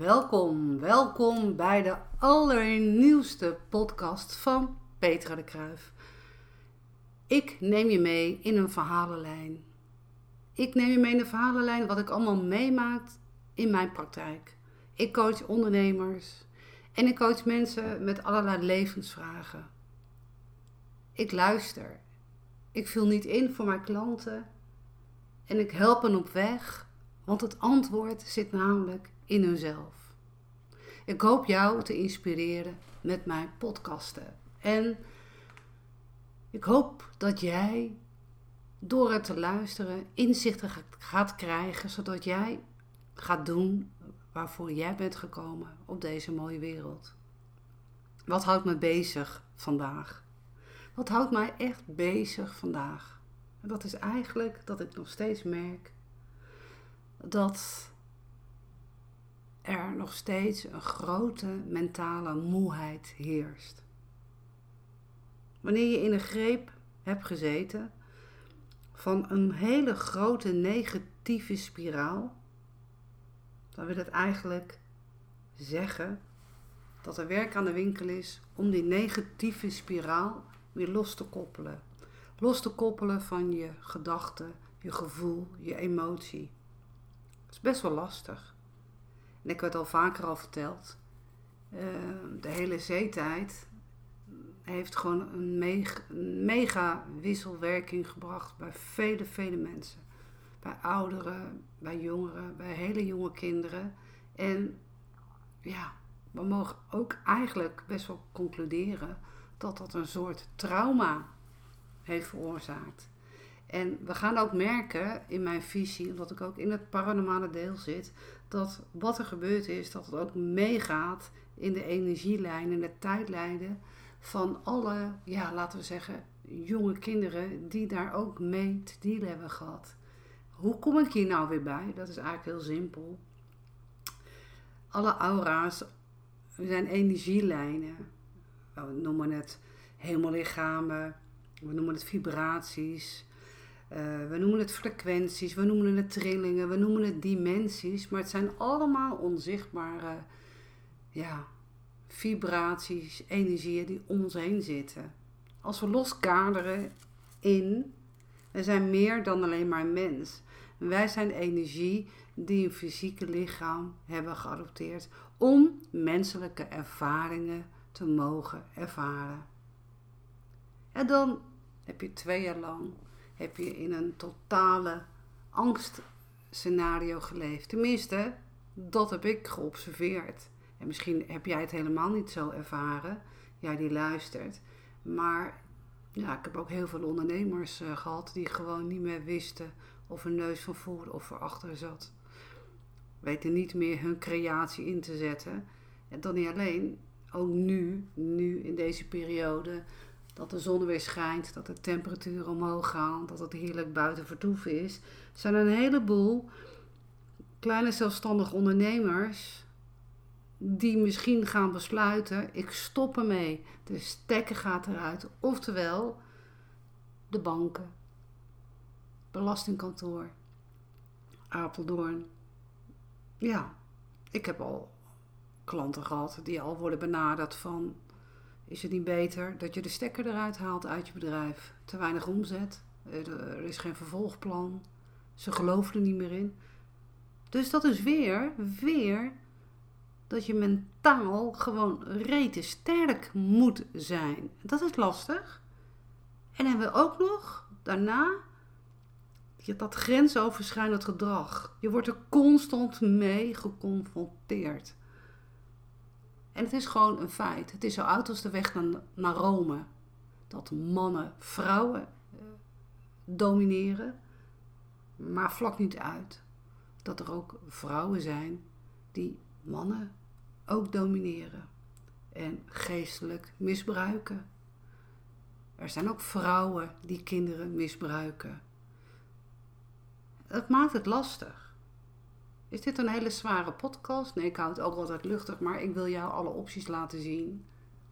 Welkom bij de allernieuwste podcast van Petra de Kruif. Ik neem je mee in een verhalenlijn. Ik neem je mee in een verhalenlijn wat ik allemaal meemaak in mijn praktijk. Ik coach ondernemers en ik coach mensen met allerlei levensvragen. Ik luister. Ik vul niet in voor mijn klanten en ik help hen op weg, want het antwoord zit namelijk in hunzelf. Ik hoop jou te inspireren met mijn podcasten. En ik hoop dat jij door het te luisteren inzichten gaat krijgen, zodat jij gaat doen waarvoor jij bent gekomen op deze mooie wereld. Wat houdt me bezig vandaag? Wat houdt mij echt bezig vandaag? En dat is eigenlijk dat ik nog steeds merk dat er nog steeds een grote mentale moeheid heerst. Wanneer je in een greep hebt gezeten van een hele grote negatieve spiraal, dan wil het eigenlijk zeggen dat er werk aan de winkel is om die negatieve spiraal weer los te koppelen. Los te koppelen van je gedachten, je gevoel, je emotie. Dat is best wel lastig. En ik heb het al vaker verteld. De hele zeetijd heeft gewoon een mega wisselwerking gebracht bij vele mensen. Bij ouderen, bij jongeren, bij hele jonge kinderen. En ja, we mogen ook eigenlijk best wel concluderen dat dat een soort trauma heeft veroorzaakt. En we gaan ook merken in mijn visie, omdat ik ook in het paranormale deel zit, dat wat er gebeurd is, dat het ook meegaat in de energielijnen, in de tijdlijnen van alle, laten we zeggen, jonge kinderen die daar ook mee te dealen hebben gehad. Hoe kom ik hier nou weer bij? Dat is eigenlijk heel simpel. Alle aura's zijn energielijnen. We noemen het hemellichamen, we noemen het vibraties. We noemen het frequenties, we noemen het trillingen, we noemen het dimensies. Maar het zijn allemaal onzichtbare vibraties, energieën die om ons heen zitten. Als we loskaderen in, we zijn meer dan alleen maar een mens. Wij zijn energie die een fysieke lichaam hebben geadopteerd om menselijke ervaringen te mogen ervaren. En dan heb je 2 jaar lang in een totale angstscenario geleefd. Tenminste, dat heb ik geobserveerd. En misschien heb jij het helemaal niet zo ervaren. Jij die luistert. Maar ik heb ook heel veel ondernemers gehad die gewoon niet meer wisten of hun neus van voor of achter zat. Weten niet meer hun creatie in te zetten. En dan niet alleen, ook nu in deze periode, dat de zon weer schijnt, dat de temperaturen omhoog gaan, dat het heerlijk buiten vertoeven is. Er zijn een heleboel kleine zelfstandige ondernemers die misschien gaan besluiten, ik stop ermee. De stekker gaat eruit. Oftewel, de banken, belastingkantoor, Apeldoorn. Ja, ik heb al klanten gehad die al worden benaderd van, is het niet beter dat je de stekker eruit haalt uit je bedrijf? Te weinig omzet, er is geen vervolgplan, ze geloven er niet meer in. Dus dat is weer dat je mentaal gewoon rete sterk moet zijn. Dat is lastig. En dan hebben we ook nog daarna dat grensoverschrijdend gedrag. Je wordt er constant mee geconfronteerd. En het is gewoon een feit. Het is zo oud als de weg naar Rome. Dat mannen vrouwen domineren. Maar vlak niet uit dat er ook vrouwen zijn die mannen ook domineren. En geestelijk misbruiken. Er zijn ook vrouwen die kinderen misbruiken. Dat maakt het lastig. Is dit een hele zware podcast? Nee, ik hou het ook altijd luchtig, maar ik wil jou alle opties laten zien.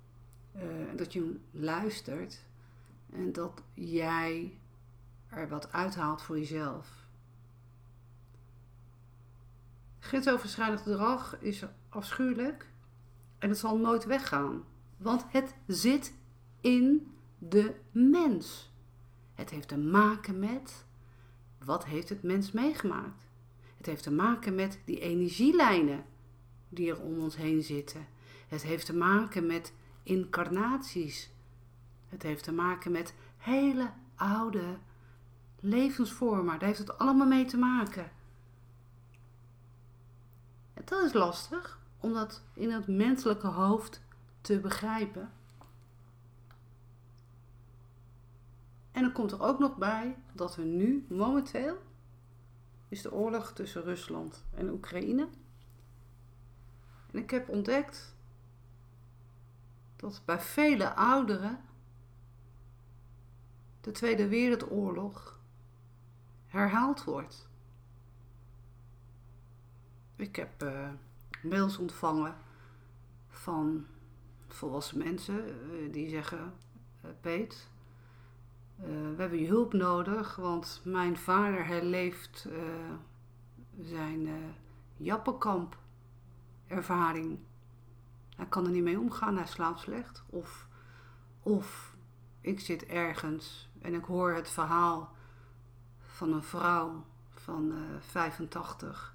Dat je luistert en dat jij er wat uithaalt voor jezelf. Grensoverschrijdend gedrag is afschuwelijk en het zal nooit weggaan. Want het zit in de mens. Het heeft te maken met, wat heeft het mens meegemaakt? Het heeft te maken met die energielijnen die er om ons heen zitten. Het heeft te maken met incarnaties. Het heeft te maken met hele oude levensvormen. Daar heeft het allemaal mee te maken. En dat is lastig om dat in het menselijke hoofd te begrijpen. En dan komt er ook nog bij dat er nu momenteel is de oorlog tussen Rusland en Oekraïne. En ik heb ontdekt dat bij vele ouderen de Tweede Wereldoorlog herhaald wordt. Ik heb mails ontvangen van volwassen mensen die zeggen, Peet, we hebben je hulp nodig, want mijn vader herleeft zijn Jappenkamp ervaring. Hij kan er niet mee omgaan, hij slaapt slecht. Of ik zit ergens en ik hoor het verhaal van een vrouw van 85.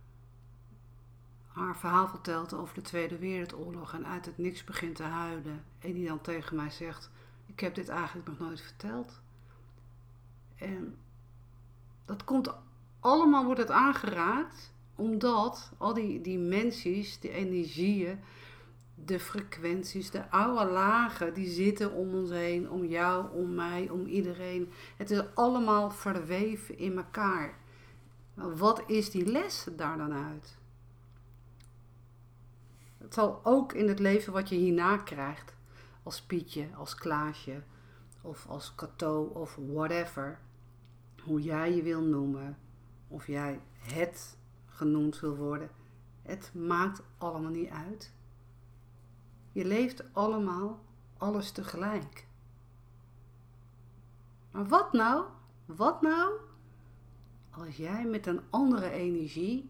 Haar verhaal vertelt over de Tweede Wereldoorlog en uit het niks begint te huilen. En die dan tegen mij zegt, ik heb dit eigenlijk nog nooit verteld. En dat komt allemaal, wordt het aangeraakt, omdat al die dimensies, die energieën, de frequenties, de oude lagen, die zitten om ons heen, om jou, om mij, om iedereen. Het is allemaal verweven in elkaar. Maar wat is die les daar dan uit? Het zal ook in het leven wat je hierna krijgt, als Pietje, als Klaasje, of als Cato, of whatever, hoe jij je wil noemen, of jij het genoemd wil worden, het maakt allemaal niet uit. Je leeft allemaal alles tegelijk. Maar wat nou, als jij met een andere energie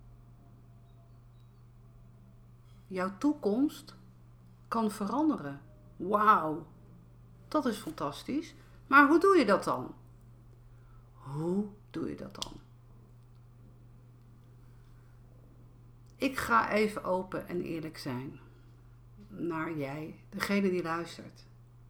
jouw toekomst kan veranderen? Wauw, dat is fantastisch. Maar hoe doe je dat dan? Hoe doe je dat dan? Ik ga even open en eerlijk zijn naar jij, degene die luistert.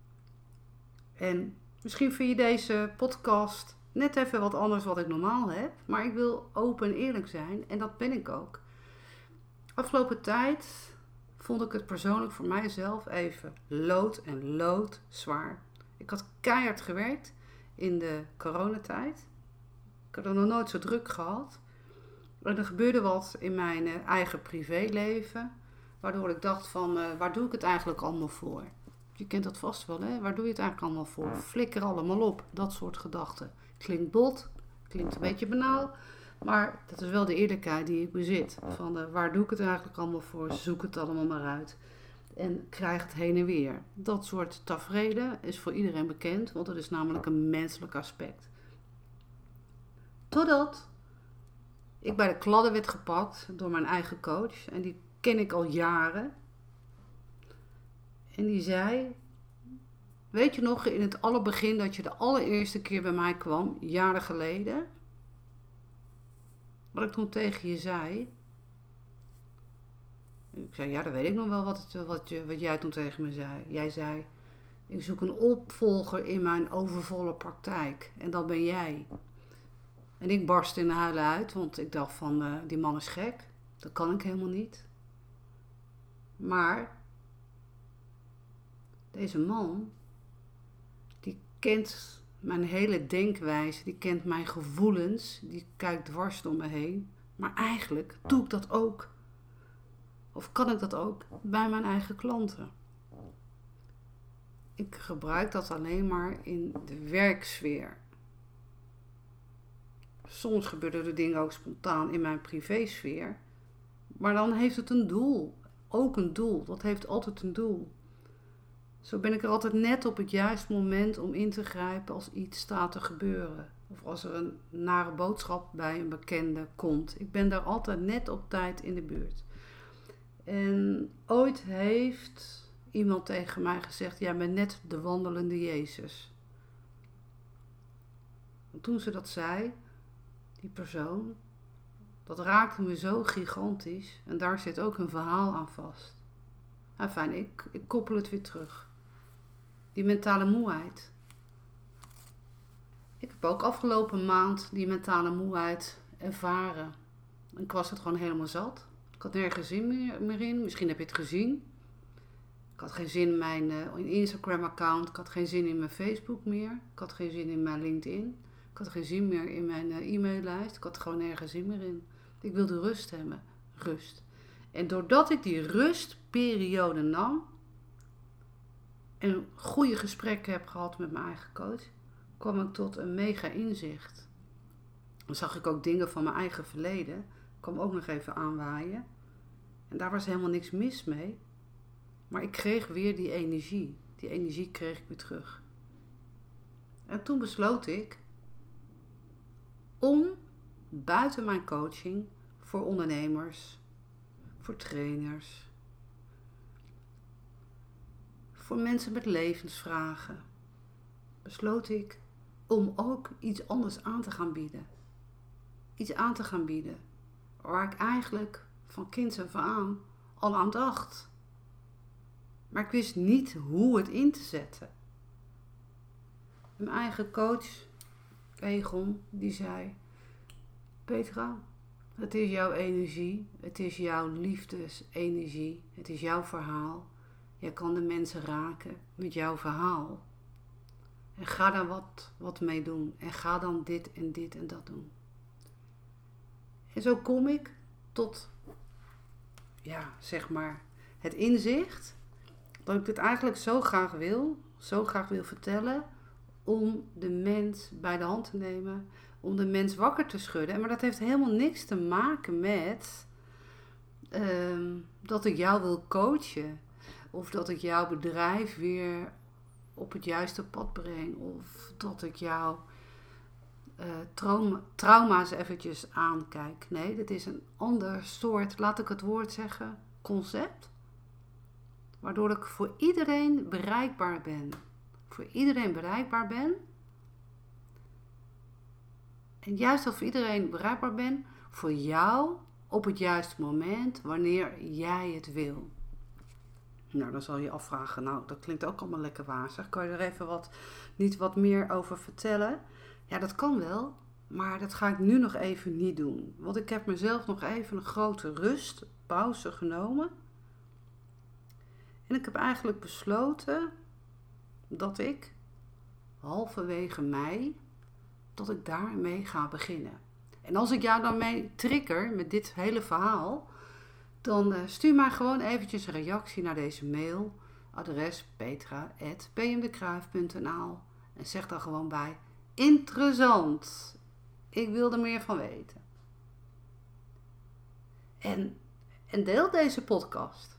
En misschien vind je deze podcast net even wat anders wat ik normaal heb, maar ik wil open en eerlijk zijn en dat ben ik ook. Afgelopen tijd vond ik het persoonlijk voor mijzelf even loodzwaar. Ik had keihard gewerkt in de coronatijd. Ik had er nog nooit zo druk gehad. En er gebeurde wat in mijn eigen privéleven, waardoor ik dacht van, waar doe ik het eigenlijk allemaal voor? Je kent dat vast wel, hè? Waar doe je het eigenlijk allemaal voor? Flikker allemaal op, dat soort gedachten. Klinkt bot, klinkt een beetje banaal, maar dat is wel de eerlijkheid die ik bezit. Van waar doe ik het eigenlijk allemaal voor? Zoek het allemaal maar uit. En krijg het heen en weer. Dat soort taferelen is voor iedereen bekend, want het is namelijk een menselijk aspect. Totdat ik bij de kladden werd gepakt door mijn eigen coach. En die ken ik al jaren. En die zei, weet je nog in het allerbegin dat je de allereerste keer bij mij kwam, jaren geleden? Wat ik toen tegen je zei. Ik zei, ja, dat weet ik nog wel wat jij toen tegen me zei. Jij zei, ik zoek een opvolger in mijn overvolle praktijk. En dat ben jij. En ik barstte in huilen uit, want ik dacht van, die man is gek. Dat kan ik helemaal niet. Maar deze man, die kent mijn hele denkwijze, die kent mijn gevoelens, die kijkt dwars door me heen. Maar eigenlijk doe ik dat ook. Of kan ik dat ook bij mijn eigen klanten. Ik gebruik dat alleen maar in de werksfeer. Soms gebeuren er dingen ook spontaan in mijn privésfeer. Maar dan heeft het een doel. Ook een doel. Dat heeft altijd een doel. Zo ben ik er altijd net op het juiste moment om in te grijpen als iets staat te gebeuren. Of als er een nare boodschap bij een bekende komt. Ik ben daar altijd net op tijd in de buurt. En ooit heeft iemand tegen mij gezegd, jij bent net de wandelende Jezus. En toen ze dat zei, die persoon, dat raakte me zo gigantisch. En daar zit ook een verhaal aan vast. Nou fijn, ik koppel het weer terug. Die mentale moeheid. Ik heb ook afgelopen maand die mentale moeheid ervaren. En ik was het gewoon helemaal zat. Ik had nergens zin meer in. Misschien heb je het gezien. Ik had geen zin in mijn Instagram-account. Ik had geen zin in mijn Facebook meer. Ik had geen zin in mijn LinkedIn. Ik had geen zin meer in mijn e-maillijst. Ik had gewoon nergens zin meer in. Ik wilde rust hebben. Rust. En doordat ik die rustperiode nam en goede gesprekken heb gehad met mijn eigen coach, kwam ik tot een mega inzicht. Dan zag ik ook dingen van mijn eigen verleden. Ik kwam ook nog even aanwaaien. En daar was helemaal niks mis mee. Maar ik kreeg weer die energie. Die energie kreeg ik weer terug. En toen besloot ik om buiten mijn coaching voor ondernemers, voor trainers, voor mensen met levensvragen, besloot ik om ook iets anders aan te gaan bieden. Iets aan te gaan bieden waar ik eigenlijk van kinds af aan al aan dacht. Maar ik wist niet hoe het in te zetten. Mijn eigen coach, Egon, die zei, Petra, het is jouw energie, het is jouw liefdesenergie, het is jouw verhaal. Jij kan de mensen raken met jouw verhaal. En ga daar wat mee doen. En ga dan dit en dit en dat doen. En zo kom ik tot, zeg maar, het inzicht dat ik dit eigenlijk zo graag wil vertellen, om de mens bij de hand te nemen, om de mens wakker te schudden. Maar dat heeft helemaal niks te maken met dat ik jou wil coachen. Of dat ik jouw bedrijf weer op het juiste pad breng. Of dat ik jouw trauma's eventjes aankijk. Nee, dit is een ander soort, laat ik het woord zeggen, concept. Waardoor ik voor iedereen bereikbaar ben. Voor iedereen bereikbaar ben. En juist dat voor iedereen bereikbaar ben, voor jou op het juiste moment, wanneer jij het wil. Nou, dan zal je afvragen, nou, dat klinkt ook allemaal lekker wazig. Kan je er even wat meer over vertellen? Ja, dat kan wel, maar dat ga ik nu nog even niet doen. Want ik heb mezelf nog even een grote rustpauze genomen. En ik heb eigenlijk besloten dat ik halverwege mei, dat ik daarmee ga beginnen. En als ik jou dan mee trigger met dit hele verhaal, dan stuur maar gewoon eventjes een reactie naar deze mail. Adres petra@pmdekruif.nl en zeg daar gewoon bij, interessant. Ik wil er meer van weten. En deel deze podcast.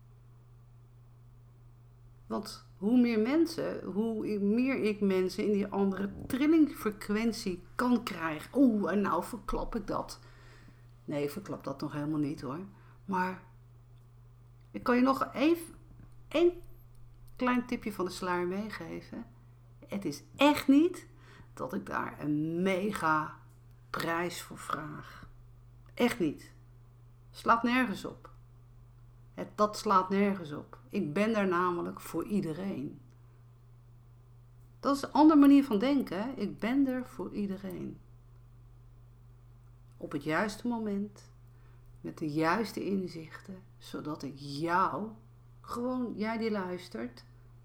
Want hoe meer ik mensen in die andere trillingfrequentie kan krijgen. Oeh, en nou verklap ik dat. Nee, ik verklap dat nog helemaal niet hoor. Maar ik kan je nog even één klein tipje van de sluier meegeven. Het is echt niet dat ik daar een mega prijs voor vraag. Echt niet. Slaat nergens op. Dat slaat nergens op. Ik ben daar namelijk voor iedereen. Dat is een andere manier van denken. Hè? Ik ben er voor iedereen. Op het juiste moment. Met de juiste inzichten. Zodat ik jou, gewoon jij die luistert,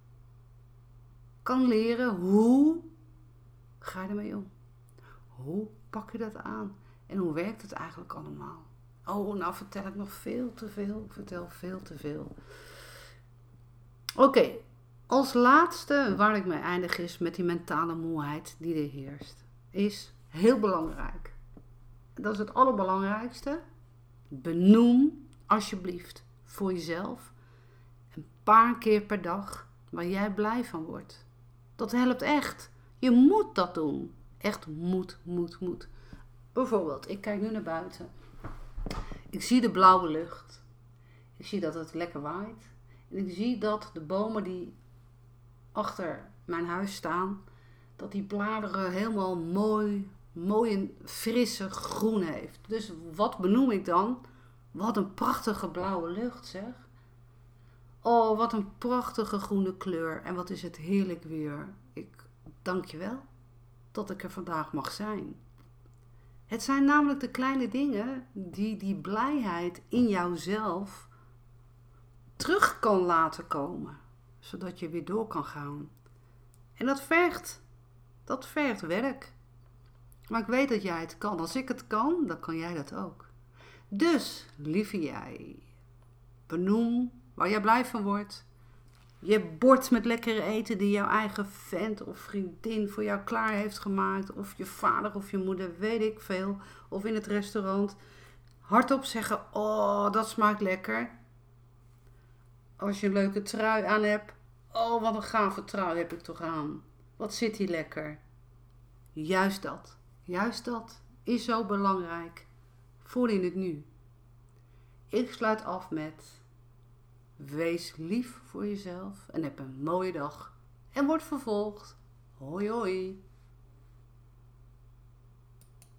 kan leren hoe ga je ermee om. Hoe pak je dat aan? En hoe werkt het eigenlijk allemaal? Oh, nou vertel ik nog veel te veel. Ik vertel veel te veel. Oké, als laatste waar ik mee eindig is met die mentale moeheid die er heerst. Is heel belangrijk. Dat is het allerbelangrijkste. Benoem alsjeblieft voor jezelf een paar keer per dag waar jij blij van wordt. Dat helpt echt. Je moet dat doen. Echt moet. Bijvoorbeeld, ik kijk nu naar buiten. Ik zie de blauwe lucht. Ik zie dat het lekker waait. En ik zie dat de bomen die achter mijn huis staan, dat die bladeren helemaal mooi en frisse groen heeft. Dus wat benoem ik dan? Wat een prachtige blauwe lucht, zeg. Oh, wat een prachtige groene kleur. En wat is het heerlijk weer. Ik dank je wel dat ik er vandaag mag zijn. Het zijn namelijk de kleine dingen die blijheid in jouzelf terug kan laten komen. Zodat je weer door kan gaan. En dat vergt werk. Maar ik weet dat jij het kan. Als ik het kan, dan kan jij dat ook. Dus, lieve jij, benoem waar jij blij van wordt. Je bord met lekkere eten die jouw eigen vent of vriendin voor jou klaar heeft gemaakt. Of je vader of je moeder, weet ik veel. Of in het restaurant. Hardop zeggen, oh, dat smaakt lekker. Als je een leuke trui aan hebt. Oh, wat een gave trui heb ik toch aan. Wat zit die lekker. Juist dat is zo belangrijk voor in het nu. Ik sluit af met: wees lief voor jezelf en heb een mooie dag. En word vervolgd. Hoi hoi.